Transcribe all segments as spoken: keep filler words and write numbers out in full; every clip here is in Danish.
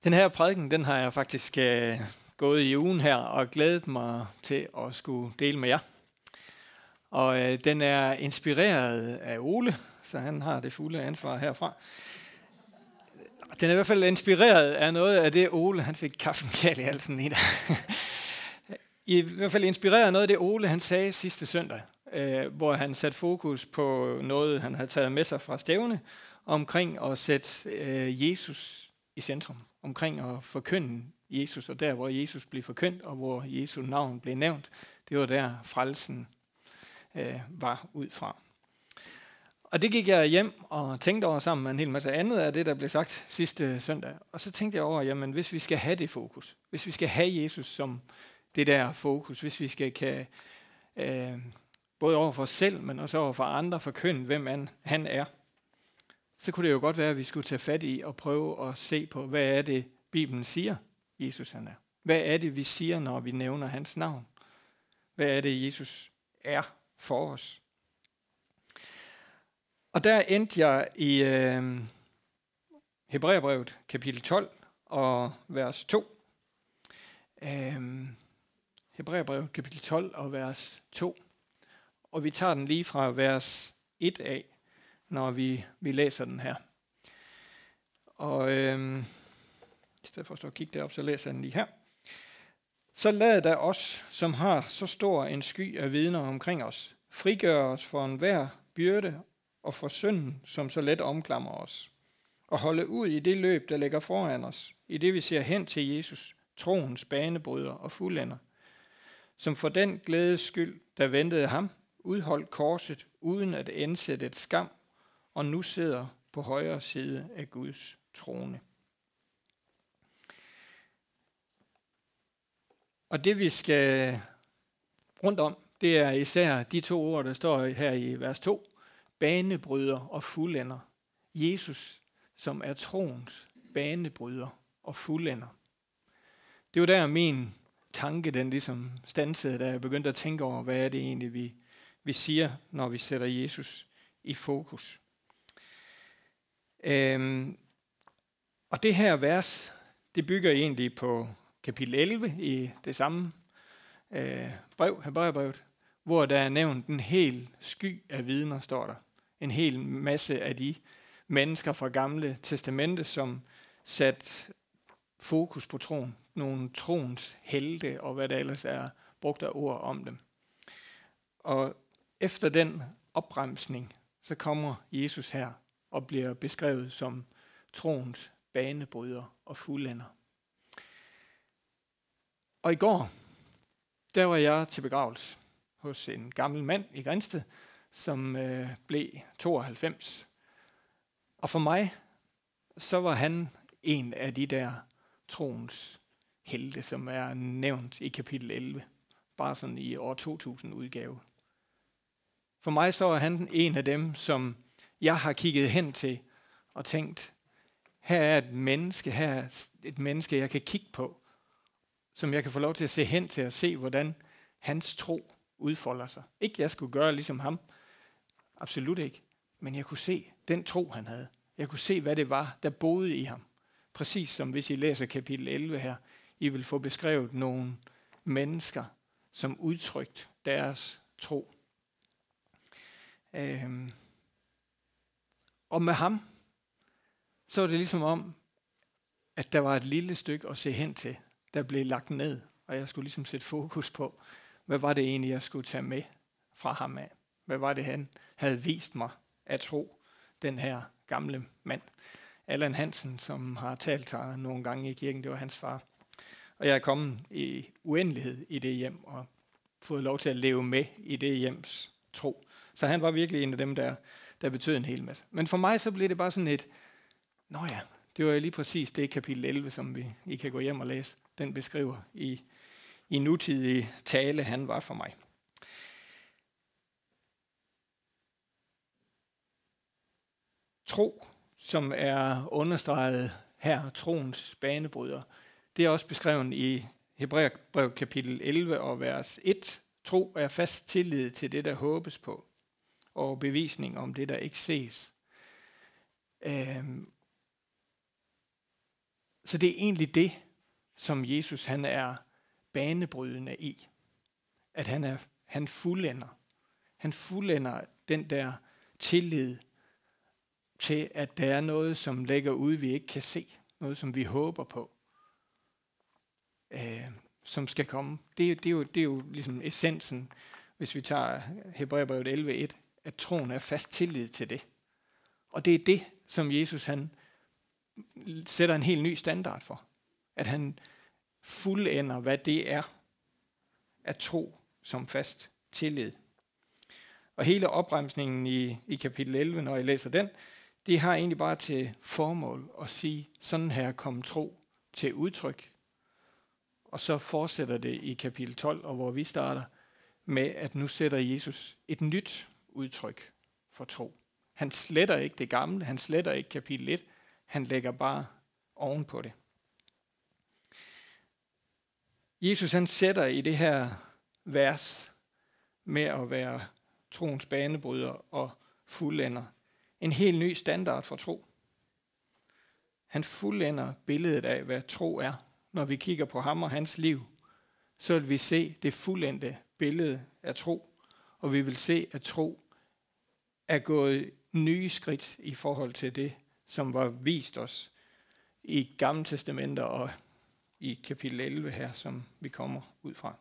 Den her prædiken, den har jeg faktisk øh, gået i ugen her og glædet mig til at skulle dele med jer. Og øh, den er inspireret af Ole, så han har det fulde ansvar herfra. Den er i hvert fald inspireret af noget af det Ole, han fik kaffen galt i halsen i dag. I hvert fald inspireret af noget af det Ole, han sagde sidste søndag, øh, hvor han satte fokus på noget, han havde taget med sig fra stævne, omkring at sætte øh, Jesus i centrum, omkring at forkynde Jesus, og der, hvor Jesus blev forkyndt, og hvor Jesu navn blev nævnt, det var der frelsen øh, var ud fra. Og det gik jeg hjem og tænkte over sammen med en hel masse andet af det, der blev sagt sidste søndag. Og så tænkte jeg over, jamen hvis vi skal have det fokus, hvis vi skal have Jesus som det der fokus, hvis vi skal kan, øh, både over for os selv, men også over for andre, forkynde, hvem han, han er, så kunne det jo godt være, at vi skulle tage fat i og prøve at se på, hvad er det, Bibelen siger, Jesus han er. Hvad er det, vi siger, når vi nævner hans navn? Hvad er det, Jesus er for os? Og der endte jeg i øh, Hebræerbrevet kapitel tolv og vers to. Øh, Hebræerbrevet kapitel tolv og vers to. Og vi tager den lige fra vers et af, når vi, vi læser den her. Og øh, i stedet for at stå og kigge derop, så læser jeg den lige her. Så lad da os, som har så stor en sky af vidner omkring os, frigøre os for enhver byrde og for synden, som så let omklamrer os, og holde ud i det løb, der ligger foran os, i det vi ser hen til Jesus, troens banebryder og fuldender, som for den glædes skyld, der ventede ham, udholdt korset uden at indsætte et skam, og nu sidder på højre side af Guds trone. Og det vi skal rundt om, det er især de to ord, der står her i vers to. Banebryder og fuldender. Jesus, som er troens banebryder og fuldender. Det var der min tanke, den ligesom stansede, da jeg begyndte at tænke over, hvad er det egentlig, vi, vi siger, når vi sætter Jesus i fokus. Øhm, og det her vers, det bygger egentlig på kapitel elleve i det samme øh, brev, Hebræerbrevet, hvor der er nævnt en hel sky af vidner, står der. En hel masse af de mennesker fra Gamle Testamente, som satte fokus på troen. Nogle troens helte, og hvad der ellers er brugt af ord om dem. Og efter den opremsning, så kommer Jesus her og bliver beskrevet som troens banebryder og fuldender. Og i går, der var jeg til begravelse hos en gammel mand i Grindsted, som øh, blev tooghalvfems. Og for mig, så var han en af de der troens helte, som er nævnt i kapitel elleve, bare sådan i år to tusind udgave. For mig så er han en af dem, som jeg har kigget hen til og tænkt, her er et menneske, her er et menneske, jeg kan kigge på, som jeg kan få lov til at se hen til og se, hvordan hans tro udfolder sig. Ikke jeg skulle gøre ligesom ham, absolut ikke, men jeg kunne se den tro, han havde. Jeg kunne se, hvad det var, der boede i ham. Præcis som hvis I læser kapitel elleve her, I vil få beskrevet nogle mennesker, som udtrykt deres tro. Øhm. Og med ham, så var det ligesom om, at der var et lille stykke at se hen til, der blev lagt ned, og jeg skulle ligesom sætte fokus på, hvad var det egentlig, jeg skulle tage med fra ham af? Hvad var det, han havde vist mig at tro, den her gamle mand? Allan Hansen, som har talt her nogle gange i kirken, det var hans far. Og jeg er kommet i uendelighed i det hjem, og fået lov til at leve med i det hjems tro. Så han var virkelig en af dem, der, der betød en hel masse. Men for mig så blev det bare sådan et, nå ja, det var lige præcis det kapitel elleve, som vi, I kan gå hjem og læse. Den beskriver i, i nutidig tale, han var for mig. Tro, som er understreget her, troens banebryder, det er også beskrevet i Hebræerbrev kapitel elleve og vers et. Tro er fast tillid til det, der håbes på, og bevisning om det, der ikke ses. Øhm, Så det er egentlig det, som Jesus han er banebrydende i. At han er han fuldender. Han fuldender den der tillid til, at der er noget, som ligger ude, vi ikke kan se. Noget, som vi håber på. Øh, som skal komme. Det, er- det, er jo, det er jo ligesom essensen, hvis vi tager Hebræerbrevet elleve et, at troen er fast tillid til det. Og det er det, som Jesus han sætter en helt ny standard for. At han fuldender, hvad det er at tro som fast tillid. Og hele opremsningen i, i kapitel elleve, når jeg læser den, det har egentlig bare til formål at sige, sådan her kom tro til udtryk. Og så fortsætter det i kapitel tolv, og hvor vi starter med, at nu sætter Jesus et nyt udtryk for tro. Han sletter ikke det gamle, han sletter ikke kapitel et, han lægger bare oven på det. Jesus han sætter i det her vers med at være troens banebryder og fuldender en helt ny standard for tro. Han fuldender billedet af, hvad tro er. Når vi kigger på ham og hans liv, så vil vi se det fuldendte billede af tro, og vi vil se, at tro er gået nye skridt i forhold til det, som var vist os i Gamle Testamenter og i kapitel elleve her, som vi kommer ud fra.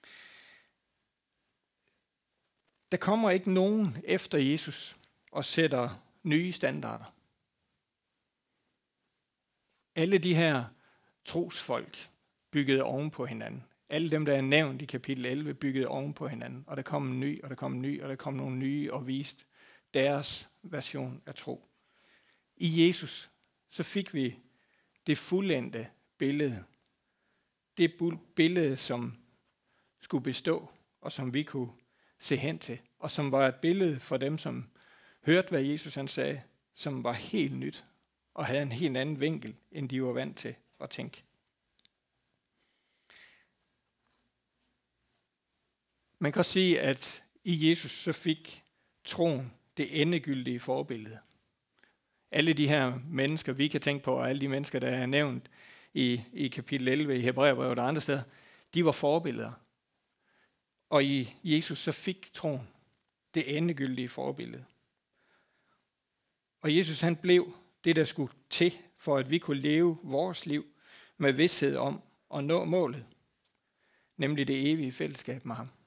Der kommer ikke nogen efter Jesus og sætter nye standarder. Alle de her trosfolk byggede oven på hinanden. Alle dem, der er nævnt i kapitel elleve, byggede oven på hinanden. Og der kom en ny, og der kom en ny, og der kom nogle nye og viste deres version af tro. I Jesus, så fik vi det fuldendte billede. Det billede, som skulle bestå, og som vi kunne se hen til. Og som var et billede for dem, som hørte, hvad Jesus han sagde, som var helt nyt, og havde en helt anden vinkel, end de var vant til at tænke. Man kan også sige, at i Jesus så fik troen det endegyldige forbillede. Alle de her mennesker, vi kan tænke på, og alle de mennesker, der er nævnt i, i kapitel elleve i Hebræerbrevet og andre steder, de var forbilleder. Og i Jesus så fik troen det endegyldige forbillede. Og Jesus han blev det, der skulle til, for at vi kunne leve vores liv med vished om at nå målet, nemlig det evige fællesskab med ham.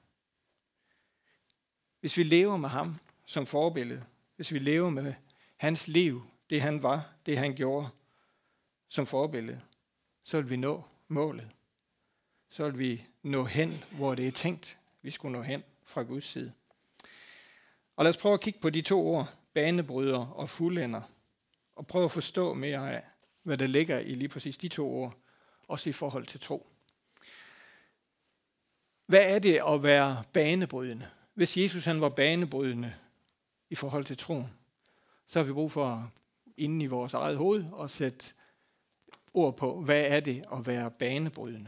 Hvis vi lever med ham som forbillede, hvis vi lever med hans liv, det han var, det han gjorde som forbillede, så vil vi nå målet. Så vil vi nå hen, hvor det er tænkt, vi skulle nå hen fra Guds side. Og lad os prøve at kigge på de to ord, banebryder og fuldender, og prøve at forstå mere af, hvad der ligger i lige præcis de to ord, også i forhold til tro. Hvad er det at være banebrydende? Hvis Jesus han var banebrydende i forhold til troen, så har vi brug for inde i vores eget hoved at sætte ord på, hvad er det at være banebrydende?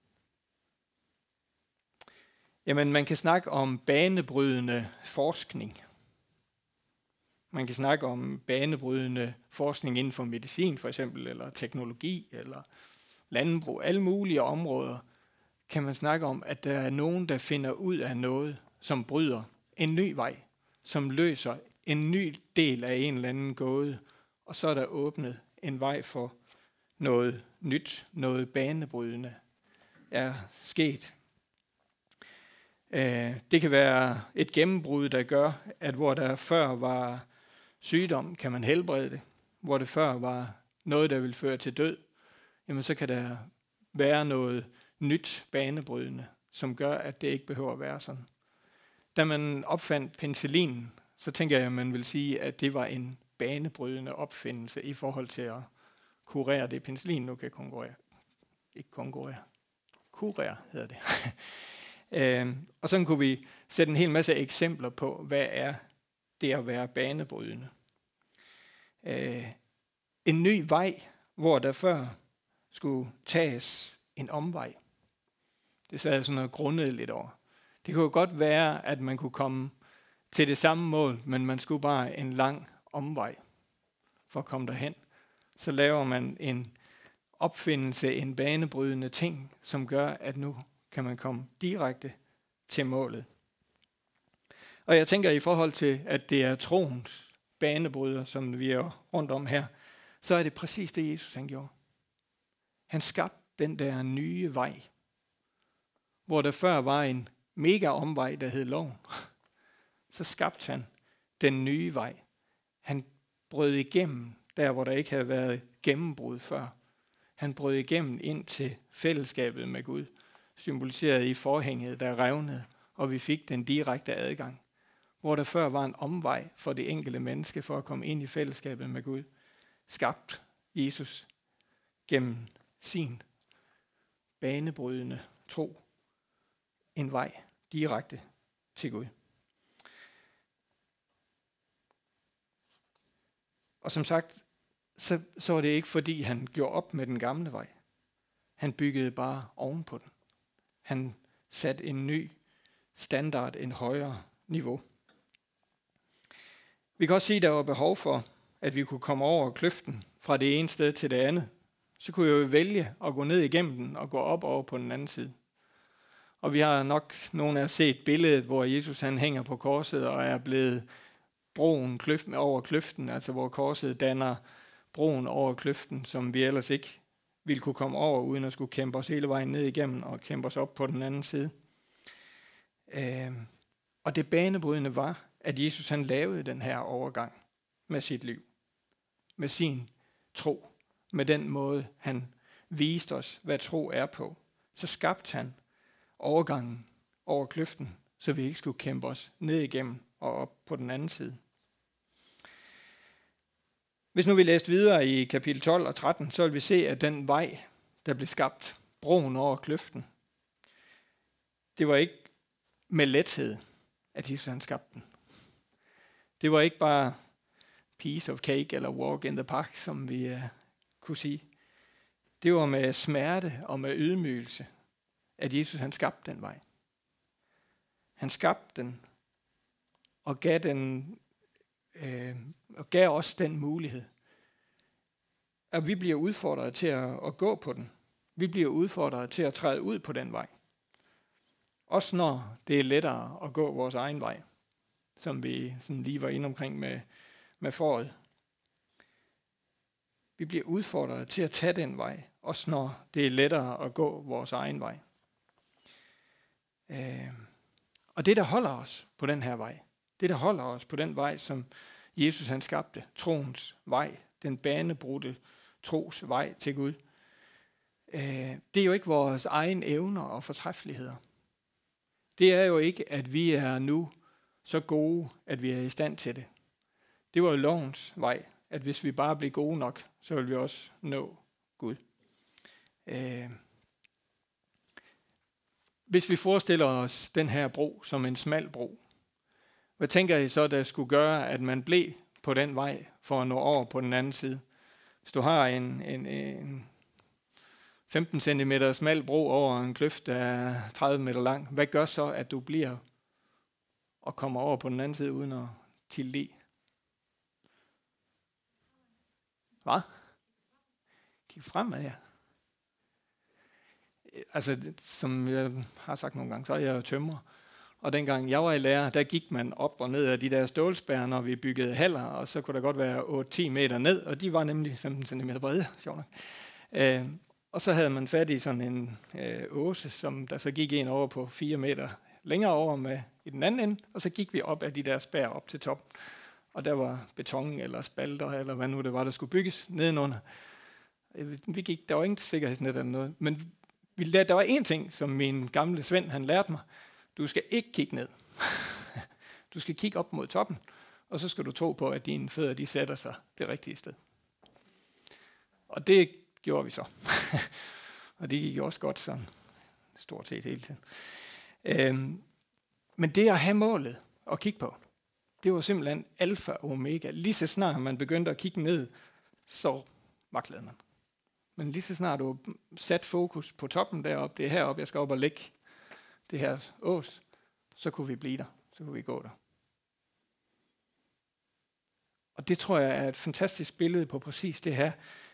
Jamen, man kan snakke om banebrydende forskning. Man kan snakke om banebrydende forskning inden for medicin for eksempel, eller teknologi, eller landbrug. Alle mulige områder kan man snakke om, at der er nogen, der finder ud af noget, som bryder en ny vej, som løser en ny del af en eller anden gåde, og så er der åbnet en vej for noget nyt, noget banebrydende er sket. Det kan være et gennembrud, der gør, at hvor der før var sygdom, kan man helbrede det. Hvor det før var noget, der ville føre til død, jamen så kan der være noget nyt banebrydende, som gør, at det ikke behøver at være sådan. Da man opfandt penicillinen, så tænker jeg, at man vil sige, at det var en banebrydende opfindelse i forhold til at kurere det, penicillin nu kan konkurrere. Ikke konkurrere. Kurere hedder det. øh, og så kunne vi sætte en hel masse eksempler på, hvad er det at være banebrydende. Øh, en ny vej, hvor der før skulle tages en omvej. Det sad jeg sådan noget grundet lidt over. Det kunne godt være, at man kunne komme til det samme mål, men man skulle bare en lang omvej for at komme derhen. Så laver man en opfindelse, en banebrydende ting, som gør, at nu kan man komme direkte til målet. Og jeg tænker i forhold til, at det er troens banebryder, som vi er rundt om her, så er det præcis det, Jesus han gjorde. Han skabte den der nye vej, hvor der før var en mega omvej, der hed loven. Så skabte han den nye vej. Han brød igennem der, hvor der ikke havde været gennembrud før. Han brød igennem ind til fællesskabet med Gud, symboliseret i forhænget, der revnede, og vi fik den direkte adgang. Hvor der før var en omvej for det enkelte menneske for at komme ind i fællesskabet med Gud, skabt Jesus gennem sin banebrydende tro en vej direkte til Gud. Og som sagt, så, så var det ikke fordi han gjorde op med den gamle vej. Han byggede bare ovenpå den. Han satte en ny standard, en højere niveau. Vi kan også sige, at der var behov for, at vi kunne komme over kløften fra det ene sted til det andet. Så kunne jeg jo vælge at gå ned igennem den og gå op over på den anden side. Og vi har nok nogle af os set billedet, hvor Jesus han hænger på korset og er blevet broen kløften over kløften, altså hvor korset danner broen over kløften, som vi ellers ikke ville kunne komme over, uden at skulle kæmpe os hele vejen ned igennem og kæmpe os op på den anden side. Øh, og det banebrydende var, at Jesus han lavede den her overgang med sit liv, med sin tro, med den måde han viste os, hvad tro er på. Så skabte han overgangen over kløften, så vi ikke skulle kæmpe os ned igennem og op på den anden side. Hvis nu vi læste videre i kapitel tolv og tretten, så vil vi se, at den vej, der blev skabt, broen over kløften, det var ikke med lethed, at Jesus han skabte den. Det var ikke bare piece of cake eller walk in the park, som vi uh, kunne sige. Det var med smerte og med ydmygelse, at Jesus han skabte den vej. Han skabte den og gav, den, øh, og gav os den mulighed, at vi bliver udfordret til at, at gå på den. Vi bliver udfordret til at træde ud på den vej. Også når det er lettere at gå vores egen vej, som vi sådan lige var inde omkring med, med foråret. Vi bliver udfordret til at tage den vej, også når det er lettere at gå vores egen vej. Øh, og det, der holder os på den her vej, det, der holder os på den vej, som Jesus han skabte, troens vej, den banebrudte tros vej til Gud, øh, det er jo ikke vores egen evner og fortræffeligheder. Det er jo ikke, at vi er nu så gode, at vi er i stand til det. Det var jo lovens vej, at hvis vi bare bliver gode nok, så vil vi også nå Gud. Øh, hvis vi forestiller os den her bro som en smal bro, hvad tænker I så, der skulle gøre, at man blev på den vej for at nå over på den anden side? Hvis du har en, en, en femten centimeter smal bro over en kløft, der er tredive meter lang, hvad gør så, at du bliver og kommer over på den anden side uden at tilde? Hvad? Kig fremad, ja. Altså, som jeg har sagt nogle gange, så er jeg jo tømrer. Og dengang jeg var i lærer, der gik man op og ned af de der stålspærrer, når vi byggede haller, og så kunne der godt være otte til ti meter ned, og de var nemlig femten centimeter brede, sjovt nok. Øh, og så havde man fat i sådan en øh, åse, som der så gik en over på fire meter længere over med i den anden ende, og så gik vi op af de der spærrer op til top. Og der var beton eller spalter, eller hvad nu det var, der skulle bygges nedenunder. Vi gik, der var ingen sikkerhedsnet eller noget, men vi lærte, der var én ting, som min gamle Svend, han lærte mig. Du skal ikke kigge ned. Du skal kigge op mod toppen, og så skal du tro på, at dine fødder, de sætter sig det rigtige sted. Og det gjorde vi så. Og det gik også godt sådan, stort set hele tiden. Øhm, men det at have målet og kigge på, det var simpelthen alfa og omega. Lige så snart man begyndte at kigge ned, så vaklede man. Men lige så snart du sat fokus på toppen deroppe, det er heroppe, jeg skal op og lægge det her ås, så kunne vi blive der, så kunne vi gå der. Og det tror jeg er et fantastisk billede på præcis det her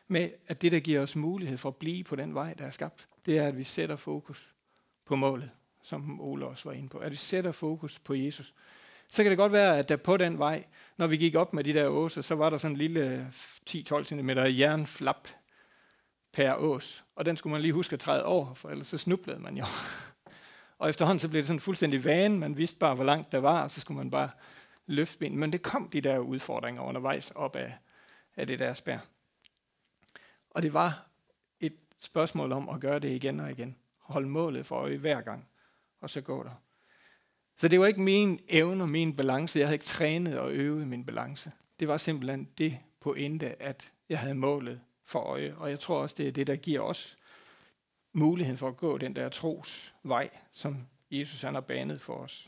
med, at det, der giver os mulighed for at blive på den vej, der er skabt, det er, at vi sætter fokus på målet, som Ole også var inde på. At vi sætter fokus på Jesus. Så kan det godt være, at der på den vej, når vi gik op med de der åser, så var der sådan en lille ti til tolv centimeter jernflap per ås. Og den skulle man lige huske at træde over, for ellers så snublede man jo. Og efterhånden så blev det sådan fuldstændig vane. Man vidste bare, hvor langt der var, og så skulle man bare løfte ben. Men det kom de der udfordringer undervejs op af, af det der spær. Og det var et spørgsmål om at gøre det igen og igen. Holde målet for øje hver gang, og så gå der. Så det var ikke min evne og min balance. Jeg havde ikke trænet og øvet min balance. Det var simpelthen det pointe, at jeg havde målet for øje. Og jeg tror også, det er det, der giver os muligheden for at gå den der trosvej, som Jesus han har banet for os.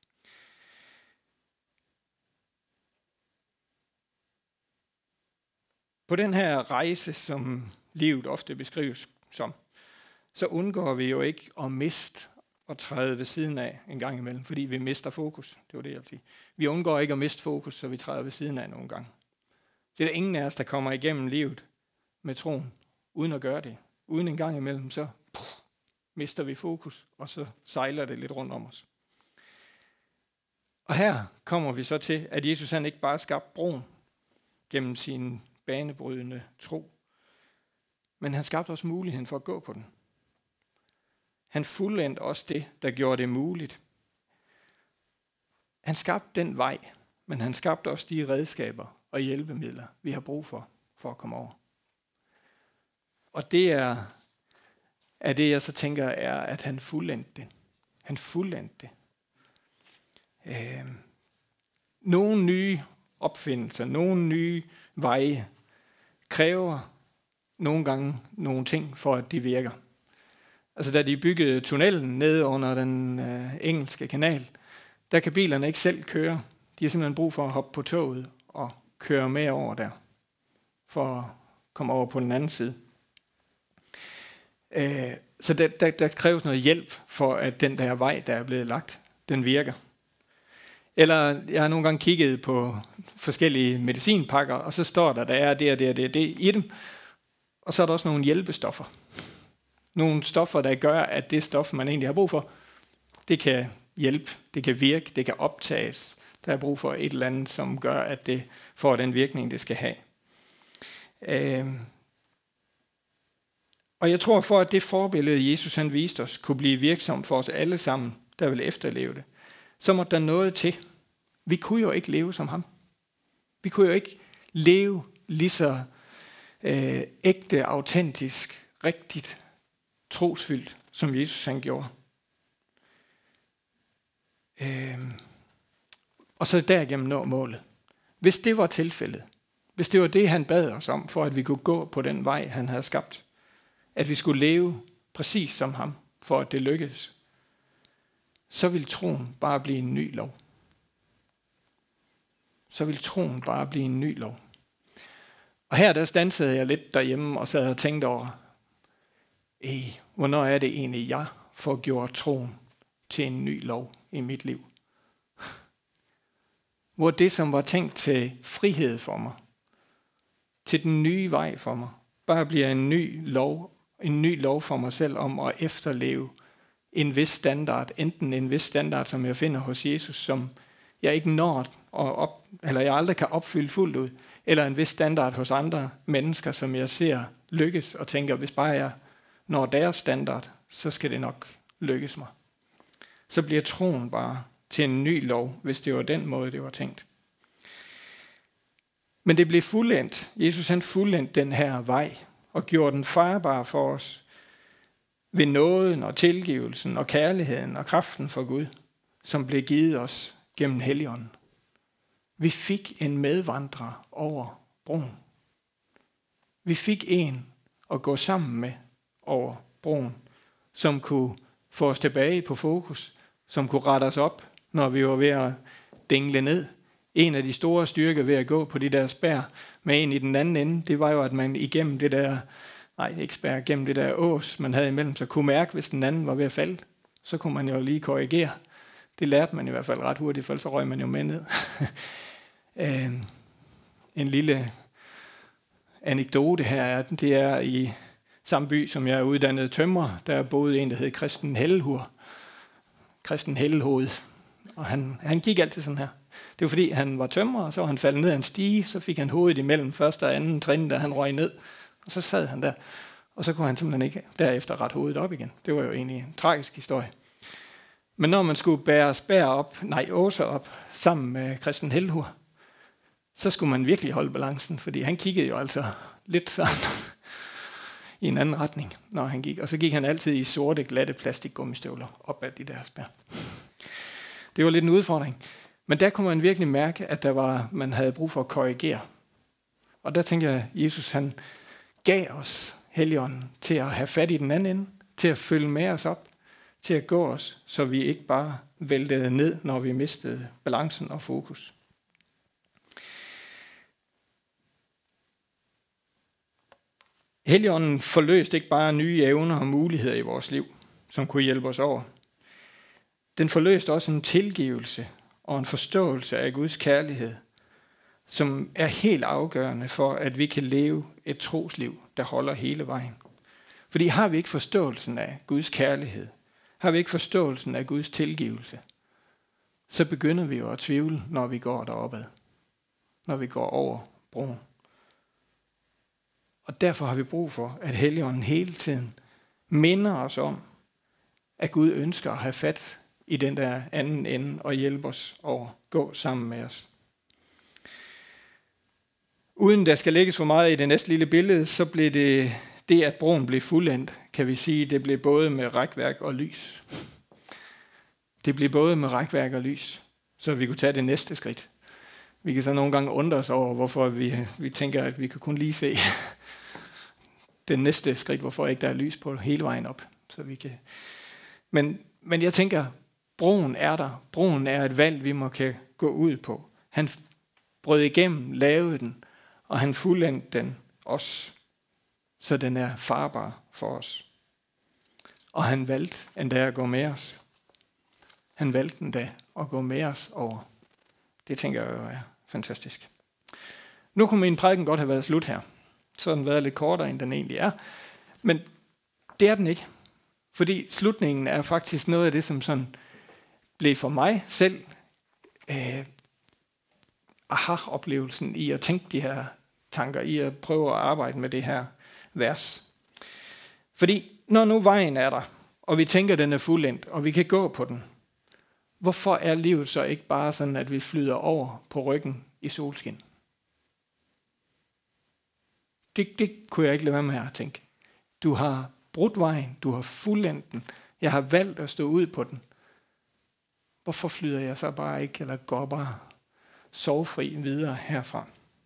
På den her rejse, som livet ofte beskrives som, så undgår vi jo ikke at miste og træde ved siden af en gang imellem, fordi vi mister fokus. Det var det, jeg ville sige. Vi undgår ikke at miste fokus, så vi træder ved siden af nogle gange. Det er der ingen af os, der kommer igennem livet med troen, uden at gøre det. Uden en gang imellem, så puh, mister vi fokus, og så sejler det lidt rundt om os. Og her kommer vi så til, at Jesus han ikke bare skabte broen gennem sin banebrydende tro, men han skabte også muligheden for at gå på den. Han fuldendte også det, der gjorde det muligt. Han skabte den vej, men han skabte også de redskaber og hjælpemidler, vi har brug for, for at komme over. Og det er, er det, jeg så tænker, er, at han fuldendte det. Han fuldendte det. Øh, nogle nye opfindelser, nogle nye veje, kræver nogle gange nogle ting, for at de virker. Altså da de byggede tunnelen nede under den øh, engelske kanal, der kan bilerne ikke selv køre. De har simpelthen brug for at hoppe på toget og køre med over der, for at komme over på den anden side. Øh, så der, der, der kræves noget hjælp for, at den der vej, der er blevet lagt, den virker. Eller jeg har nogle gange kigget på forskellige medicinpakker, og så står der, der er det og det og det, det i dem. Og så er der også nogle hjælpestoffer. Nogle stoffer, der gør, at det stof, man egentlig har brug for, det kan hjælpe, det kan virke, det kan optages. Der er brug for et eller andet, som gør, at det får den virkning, det skal have. Øh, og jeg tror, for at det forbillede, Jesus han viste os, kunne blive virksom for os alle sammen, der vil efterleve det, så måtte der noget til. Vi kunne jo ikke leve som ham. Vi kunne jo ikke leve lige så øh, ægte, autentisk, rigtigt, trosfyldt, som Jesus han gjorde. Øh, og så derigennem nå målet. Hvis det var tilfældet, hvis det var det, han bad os om, for at vi kunne gå på den vej, han havde skabt, at vi skulle leve præcis som ham, for at det lykkedes, så vil troen bare blive en ny lov. Så vil troen bare blive en ny lov. Og her der standsede jeg lidt derhjemme og sad og tænkte over, Ej, hvornår er det egentlig, jeg får gjort troen til en ny lov i mit liv? Hvor det, som var tænkt til frihed for mig, til den nye vej for mig, bare bliver en ny lov, en ny lov for mig selv om at efterleve en vis standard, enten en vis standard, som jeg finder hos Jesus, som jeg ikke når at op, eller jeg aldrig kan opfylde fuldt ud, eller en vis standard hos andre mennesker, som jeg ser lykkes, og tænker, hvis bare jeg når deres standard, så skal det nok lykkes mig. Så bliver troen bare til en ny lov, hvis det var den måde, det var tænkt. Men det blev fuldendt. Jesus han fuldendte den her vej, og gjorde den farbar for os, ved nåden og tilgivelsen og kærligheden og kraften for Gud, som blev givet os gennem Helligånden. Vi fik en medvandrer over broen. Vi fik en at gå sammen med over broen, som kunne få os tilbage på fokus, som kunne rette os op, når vi var ved at dingle ned. En af de store styrker ved at gå på de der spær med en i den anden ende, det var jo, at man igennem det der, nej ikke spær, gennem det der ås, man havde imellem, så kunne mærke, hvis den anden var ved at falde. Så kunne man jo lige korrigere. Det lærte man i hvert fald ret hurtigt, for så røg man jo med ned. en lille anekdote her er, det er i samme by, som jeg er uddannet tømrer, der boede en, der hed Christen Hellehur. Christen Hellehoved. Og han, han gik altid sådan her. Det var fordi, han var tømrer, og så var han faldet ned ad en stige, så fik han hovedet imellem første og anden trin, da han røg ned. Og så sad han der, og så kunne han simpelthen ikke derefter rette hovedet op igen. Det var jo egentlig en tragisk historie. Men når man skulle bære spær op, nej, Åse op, sammen med Christen Hellehur, så skulle man virkelig holde balancen, fordi han kiggede jo altså lidt sådan i en anden retning, når han gik. Og så gik han altid i sorte, glatte plastikgummistøvler op ad de der spær. Det var lidt en udfordring. Men der kunne man virkelig mærke, at der var, man havde brug for at korrigere. Og der tænker jeg, at Jesus han gav os Helligånden til at have fat i den anden ende, til at følge med os op, til at gå os, så vi ikke bare væltede ned, når vi mistede balancen og fokus. Helligånden forløste ikke bare nye evner og muligheder i vores liv, som kunne hjælpe os over. Den forløste også en tilgivelse og en forståelse af Guds kærlighed, som er helt afgørende for, at vi kan leve et trosliv, der holder hele vejen. Fordi har vi ikke forståelsen af Guds kærlighed, har vi ikke forståelsen af Guds tilgivelse, så begynder vi jo at tvivle, når vi går deropad, når vi går over broen. Og derfor har vi brug for, at Helligånden hele tiden minder os om, at Gud ønsker at have fat i den der anden ende og hjælpe os over, gå sammen med os. Uden der skal lægges for meget i det næste lille billede, så blev det, det at broen blev fuldendt, kan vi sige, det blev både med rækværk og lys. Det blev både med rækværk og lys, så vi kunne tage det næste skridt. Vi kan så nogle gange undre os over, hvorfor vi, vi tænker, at vi kan kun lige se det næste skridt, hvorfor ikke der er lys på hele vejen op. Så vi kan. Men, men jeg tænker, broen er der. Broen er et valg, vi må kan gå ud på. Han brød igennem, lavede den, og han fuldendte den også, så den er farbar for os. Og han valgte endda at gå med os. Han valgte endda at gå med os over. Det tænker jeg jo er fantastisk. Nu kunne min prædiken godt have været slut her. Så har den været lidt kortere, end den egentlig er. Men det er den ikke. Fordi slutningen er faktisk noget af det, som sådan blev for mig selv øh, aha-oplevelsen i at tænke de her tanker, i at prøve at arbejde med det her vers. Fordi når nu vejen er der, og vi tænker, at den er fuldendt, og vi kan gå på den, hvorfor er livet så ikke bare sådan, at vi flyder over på ryggen i solskin? Det, det kunne jeg ikke lade være med at tænke. Du har brudt vejen, du har fuldendt den, jeg har valgt at stå ud på den. Hvorfor flyder jeg så bare ikke, eller går bare sovefri videre herfra?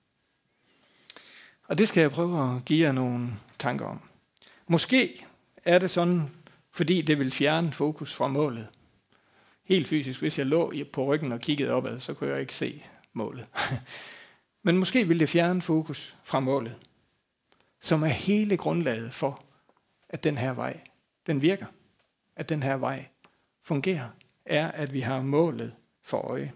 Og det skal jeg prøve at give jer nogle tanker om. Måske er det sådan, fordi det vil fjerne fokus fra målet. Helt fysisk, hvis jeg lå på ryggen og kiggede opad, så kunne jeg ikke se målet. Men måske vil det fjerne fokus fra målet, som er hele grundlaget for, at den her vej, den virker. At den her vej fungerer, er, at vi har målet for øje.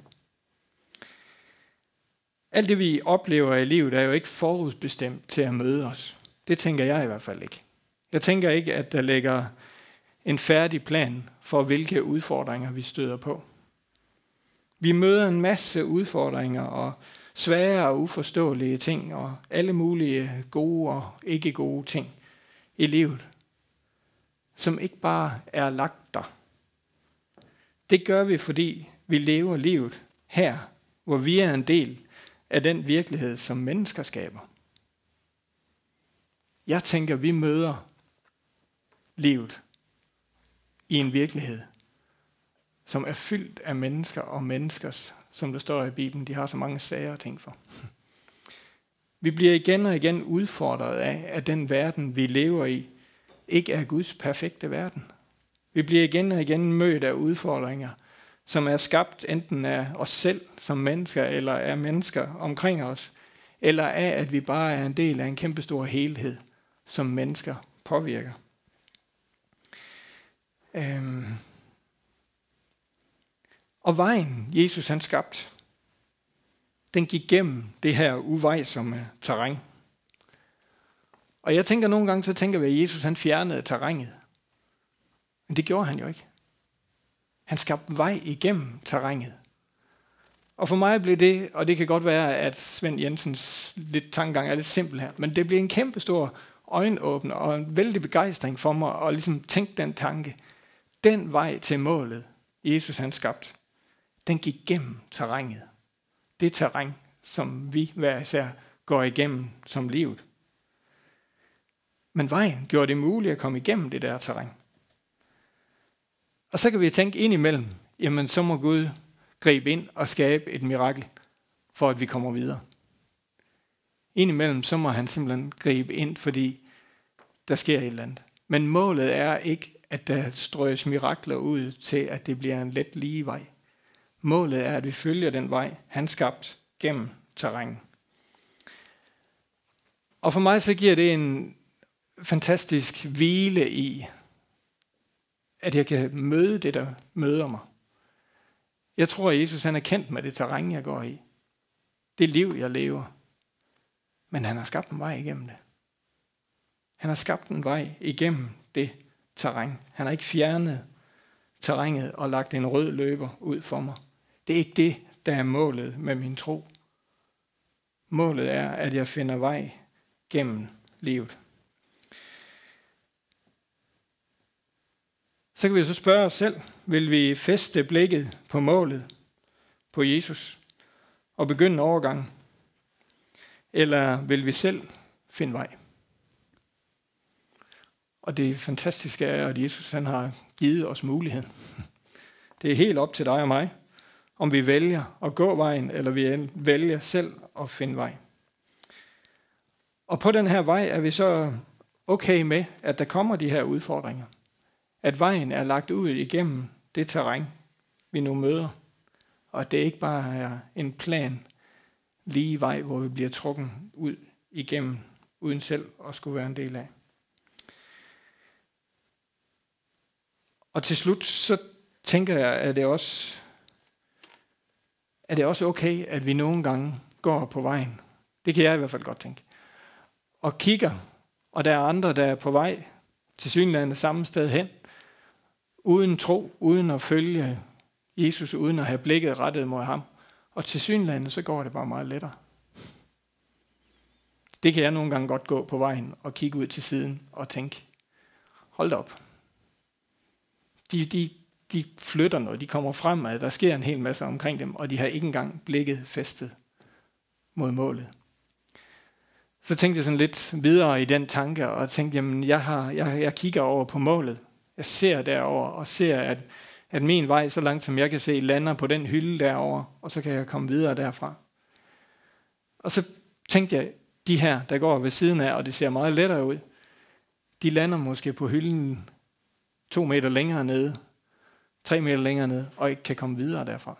Alt det, vi oplever i livet, er jo ikke forudbestemt til at møde os. Det tænker jeg i hvert fald ikke. Jeg tænker ikke, at der ligger en færdig plan for, hvilke udfordringer vi støder på. Vi møder en masse udfordringer og svære og uforståelige ting og alle mulige gode og ikke gode ting i livet, som ikke bare er lagt der. Det gør vi, fordi vi lever livet her, hvor vi er en del af den virkelighed, som mennesker skaber. Jeg tænker, vi møder livet i en virkelighed, som er fyldt af mennesker og menneskers, som der står i Bibelen, de har så mange sager og ting for. Vi bliver igen og igen udfordret af, at den verden, vi lever i, ikke er Guds perfekte verden. Vi bliver igen og igen mødt af udfordringer, som er skabt enten af os selv som mennesker, eller af mennesker omkring os, eller af, at vi bare er en del af en kæmpestor helhed, som mennesker påvirker. Øhm. Og vejen, Jesus han skabt, den gik gennem det her uvejsomme terræn. Og jeg tænker nogle gange, så tænker vi, at Jesus han fjernede terrænet. Men det gjorde han jo ikke. Han skabte vej igennem terrænet. Og for mig blev det, og det kan godt være, at Svend Jensens lidt tankegang er lidt simpel her, men det blev en kæmpe stor øjenåbner og en vældig begejstring for mig at ligesom tænke den tanke. Den vej til målet, Jesus han skabte, den gik gennem terrænet. Det terræn, som vi hver især går igennem som livet. Men vejen gjorde det muligt at komme igennem det der terræn. Og så kan vi tænke ind imellem, jamen så må Gud gribe ind og skabe et mirakel, for at vi kommer videre. Indimellem så må han simpelthen gribe ind, fordi der sker et eller andet. Men målet er ikke, at der strøs mirakler ud til, at det bliver en let lige vej. Målet er, at vi følger den vej, han skabte gennem terræn. Og for mig så giver det en fantastisk hvile i, at jeg kan møde det, der møder mig. Jeg tror, at Jesus han er kendt med det terræn, jeg går i. Det liv, jeg lever. Men han har skabt en vej igennem det. Han har skabt en vej igennem det terræn. Han har ikke fjernet terrænet og lagt en rød løber ud for mig. Det er ikke det, der er målet med min tro. Målet er, at jeg finder vej gennem livet. Så kan vi så spørge os selv, vil vi fæste blikket på målet, på Jesus, og begynde overgangen? Eller vil vi selv finde vej? Og det fantastiske er, at Jesus han har givet os muligheden. Det er helt op til dig og mig, om vi vælger at gå vejen, eller vi vælger selv at finde vej. Og på den her vej er vi så okay med, at der kommer de her udfordringer. At vejen er lagt ud igennem det terræn, vi nu møder. Og at det ikke bare er en plan, lige vej, hvor vi bliver trukket ud igennem, uden selv at skulle være en del af. Og til slut, så tænker jeg, at det også er det også okay, at vi nogle gange går på vejen. Det kan jeg i hvert fald godt tænke. Og kigger, og der er andre, der er på vej til synligheden samme sted hen, uden tro, uden at følge Jesus, uden at have blikket rettet mod ham. Og til synligheden, så går det bare meget lettere. Det kan jeg nogle gange godt gå på vejen og kigge ud til siden og tænke, hold da op. De, de, de flytter noget, de kommer fremad, der sker en hel masse omkring dem, og de har ikke engang blikket festet mod målet. Så tænkte jeg sådan lidt videre i den tanke, og tænkte, jamen jeg, har, jeg, jeg kigger over på målet. Jeg ser derover og ser, at, at min vej, så langt som jeg kan se, lander på den hylde derover, og så kan jeg komme videre derfra. Og så tænkte jeg, de her, der går ved siden af, og det ser meget lettere ud, de lander måske på hylden to meter længere nede, tre meter længere nede, og ikke kan komme videre derfra.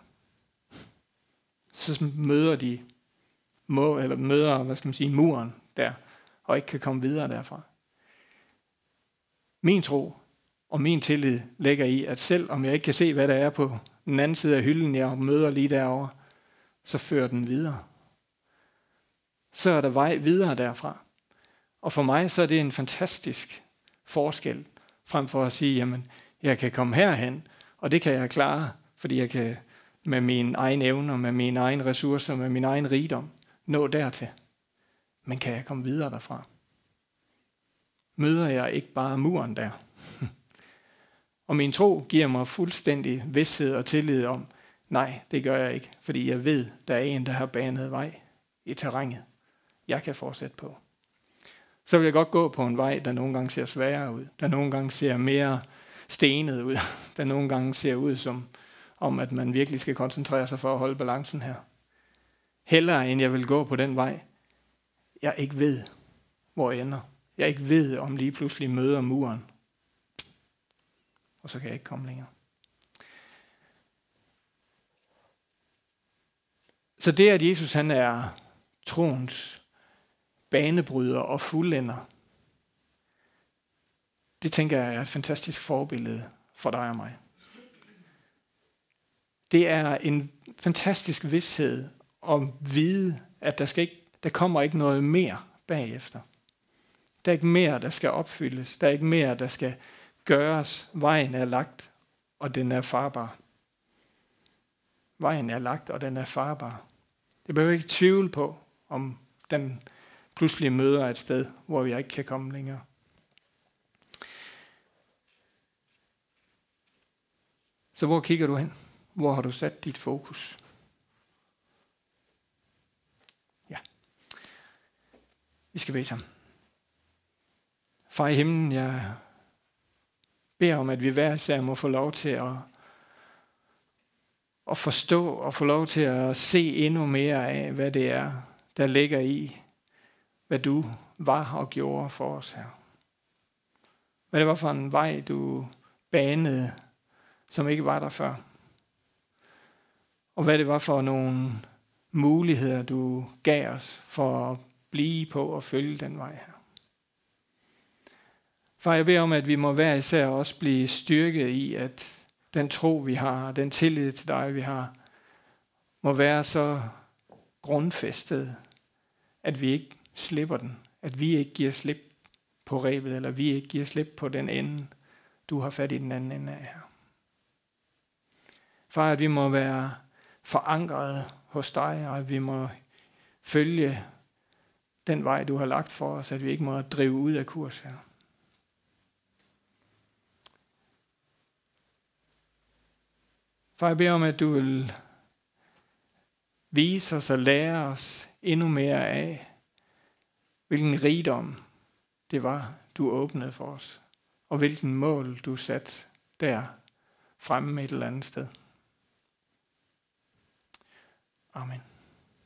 Så møder de må, eller møder, hvad skal man sige, muren der, og ikke kan komme videre derfra. Min tro og min tillid ligger i, at selv om jeg ikke kan se, hvad der er på den anden side af hylden, jeg møder lige derovre, så fører den videre. Så er der vej videre derfra. Og for mig så er det en fantastisk forskel, frem for at sige, jamen, jeg kan komme herhen, og det kan jeg klare, fordi jeg kan med mine egne evner, med mine egne ressourcer, med min egen rigdom, nå dertil. Men kan jeg komme videre derfra? Møder jeg ikke bare muren der? Og min tro giver mig fuldstændig vidsthed og tillid om, nej, det gør jeg ikke, fordi jeg ved, der er en, der har banet vej i terrænet. Jeg kan fortsætte på. Så vil jeg godt gå på en vej, der nogle gange ser sværere ud, der nogle gange ser mere stenet ud, der nogle gange ser ud som om, at man virkelig skal koncentrere sig for at holde balancen her. Hellere end jeg vil gå på den vej, jeg ikke ved, hvor jeg ender. Jeg ikke ved, om lige pludselig møder muren. Og så kan jeg ikke komme længere. Så det, at Jesus han er troens banebryder og fuldender, det tænker jeg er et fantastisk forbillede for dig og mig. Det er en fantastisk vished at vide, at der, skal ikke, der kommer ikke noget mere bagefter. Der er ikke mere, der skal opfyldes. Der er ikke mere, der skal gøres. Vejen er lagt, og den er farbar. Vejen er lagt, og den er farbar. Jeg behøver ikke tvivle på, om den pludselig møder et sted, hvor jeg ikke kan komme længere. Så hvor kigger du hen? Hvor har du sat dit fokus? Ja. Vi skal bede sammen. Far i himlen, jeg beder om, at vi hver især må få lov til at, at forstå og få lov til at se endnu mere af, hvad det er, der ligger i, hvad du var og gjorde for os her. Hvad det var for en vej, du banede, som ikke var der før. Og hvad det var for nogle muligheder, du gav os for at blive på og følge den vej her. Far, jeg beder om, at vi må hver især også blive styrket i, at den tro, vi har, den tillid til dig, vi har, må være så grundfæstet, at vi ikke slipper den. At vi ikke giver slip på rebet, eller vi ikke giver slip på den ende, du har fat i den anden ende af her. Far, at vi må være forankret hos dig, og at vi må følge den vej, du har lagt for os, at vi ikke må drive ud af kurs her. Far, jeg beder om, at du vil vise os og lære os endnu mere af, hvilken rigdom det var, du åbnede for os, og hvilken mål du satte der fremme et eller andet sted. Amen.